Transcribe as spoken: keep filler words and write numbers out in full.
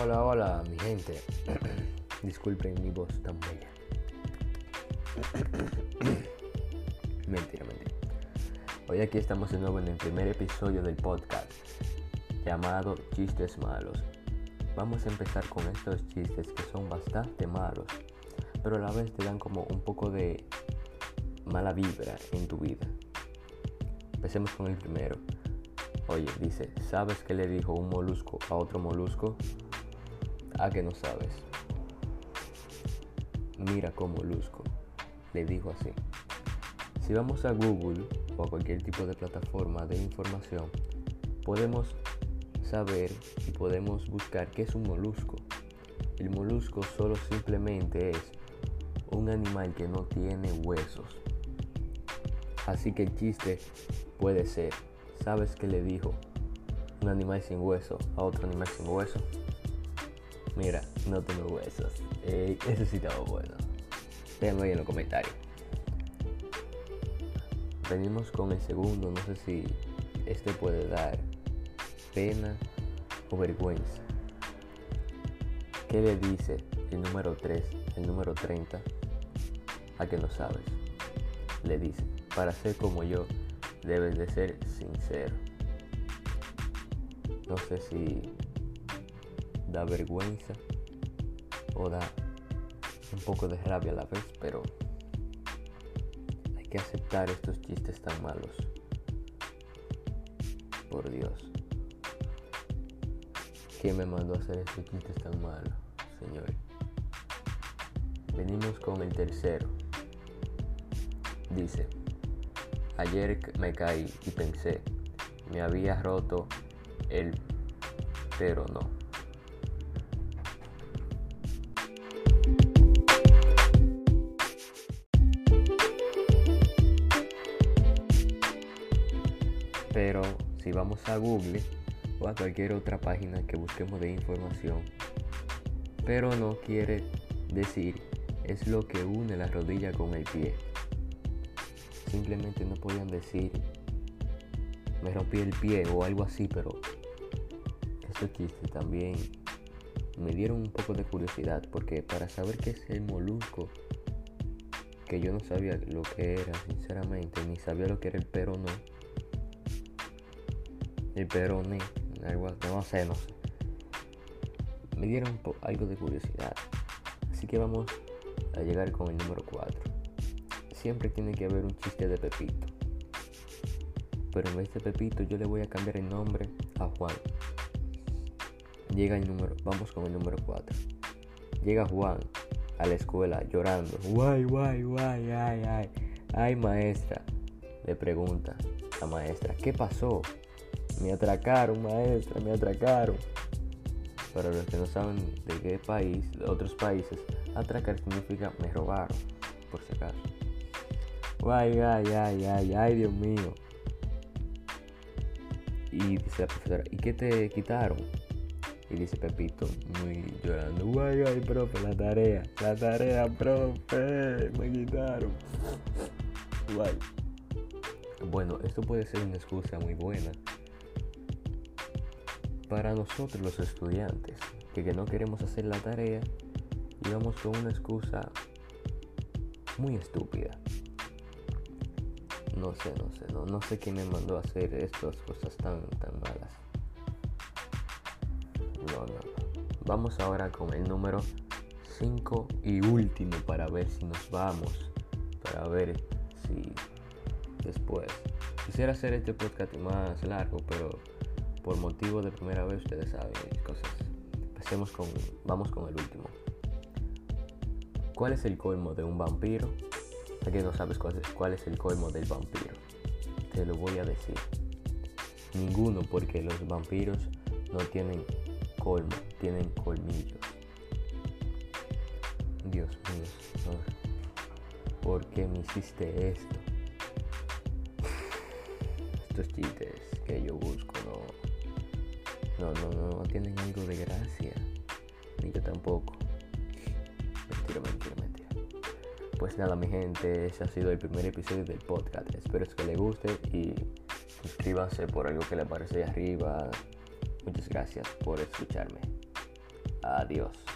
Hola, hola, mi gente. Disculpen mi voz tan bella. Mentira, mentira. Hoy aquí estamos de nuevo en el primer episodio del podcast llamado Chistes Malos. Vamos a empezar con estos chistes que son bastante malos, pero a la vez te dan como un poco de mala vibra en tu vida. Empecemos con el primero. Oye, dice, ¿sabes qué le dijo un molusco a otro molusco? ¿A que no sabes? Mira cómo molusco, le dijo así. Si vamos a Google o a cualquier tipo de plataforma de información, podemos saber y podemos buscar qué es un molusco. El molusco solo simplemente es un animal que no tiene huesos. Así que el chiste puede ser, ¿sabes qué le dijo un animal sin hueso a otro animal sin hueso? Mira, no tengo huesos. Eh, ese sí estaba bueno. Déjame ahí en los comentarios. Venimos con el segundo. No sé si este puede dar pena o vergüenza. ¿Qué le dice el número tres, el número treinta? ¿A que no sabes? Le dice, para ser como yo, debes de ser sincero. No sé si da vergüenza o da un poco de rabia a la vez, pero hay que aceptar estos chistes tan malos. Por Dios, ¿quién me mandó a hacer estos chistes tan malos, señor? Venimos con el tercero. Dice, ayer me caí y pensé, me había roto el, pero no. Pero si vamos a Google o a cualquier otra página que busquemos de información, pero no quiere decir es lo que une la rodilla con el pie. Simplemente no podían decir me rompí el pie o algo así, pero esos chistes también me dieron un poco de curiosidad, porque para saber qué es el molusco, que yo no sabía lo que era sinceramente, ni sabía lo que era el peroné, el peroné, algo así, no sé, no sé. Me dieron un po- algo de curiosidad, así que vamos a llegar con el número cuatro. Siempre tiene que haber un chiste de Pepito, pero en vez de Pepito yo le voy a cambiar el nombre a Juan. Llega el número, vamos con el número cuatro. Llega Juan a la escuela llorando. Guay, guay, guay, ay, ay. Ay, maestra. Le pregunta la maestra, ¿qué pasó? Me atracaron, maestra, me atracaron. Para los que no saben de qué país, de otros países, atracar significa me robaron, por si acaso. Ay, ay, ay, ay, ay, Dios mío. Y dice la profesora, ¿y qué te quitaron? Y dice Pepito, muy llorando, guay, ay, profe, la tarea, la tarea, profe, me quitaron. Guay. Bueno, esto puede ser una excusa muy buena para nosotros los estudiantes, que, que no queremos hacer la tarea y vamos con una excusa muy estúpida. No sé, no sé, no, no sé quién me mandó a hacer estas cosas tan, tan malas. No, no, no. Vamos ahora con el número cinco y último para ver si nos vamos, para ver si después. Quisiera hacer este podcast más largo, pero por motivo de primera vez ustedes saben cosas. Empecemos con, vamos con el último. ¿Cuál es el colmo de un vampiro? Aquí no sabes cuál es, cuál es el colmo del vampiro. Te lo voy a decir. Ninguno, porque los vampiros no tienen colmo, tienen colmillos. Dios mío, Señor, ¿por qué me hiciste esto? Estos chistes que yo busco no, no, no, no, no tienen algo de gracia, ni yo tampoco. Mentira, mentira, mentira. Pues nada, mi gente, ese ha sido el primer episodio del podcast. Espero que les guste y suscríbanse por algo que les aparece de arriba. Muchas gracias por escucharme. Adiós.